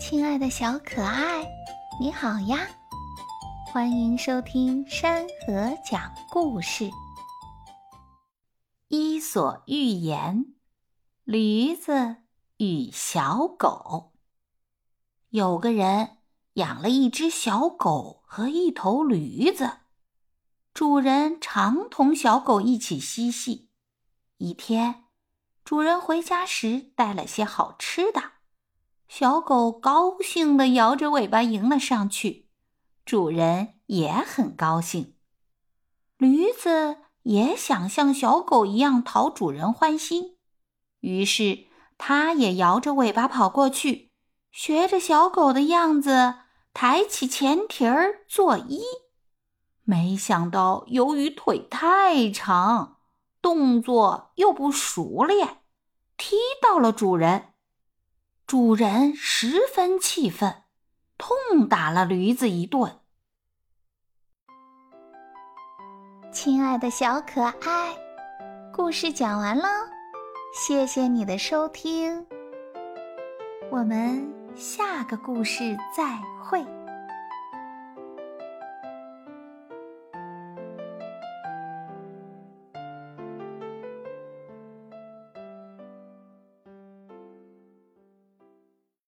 亲爱的小可爱，你好呀！欢迎收听山河讲故事。伊索寓言：驴子与小狗。有个人养了一只小狗和一头驴子，主人常同小狗一起嬉戏。一天，主人回家时带了些好吃的，小狗高兴地摇着尾巴迎了上去，主人也很高兴。驴子也想像小狗一样讨主人欢心，于是它也摇着尾巴跑过去，学着小狗的样子抬起前蹄儿作揖。没想到由于腿太长，动作又不熟练，踢到了主人。主人十分气愤，痛打了驴子一顿。亲爱的小可爱，故事讲完喽，谢谢你的收听，我们下个故事再会。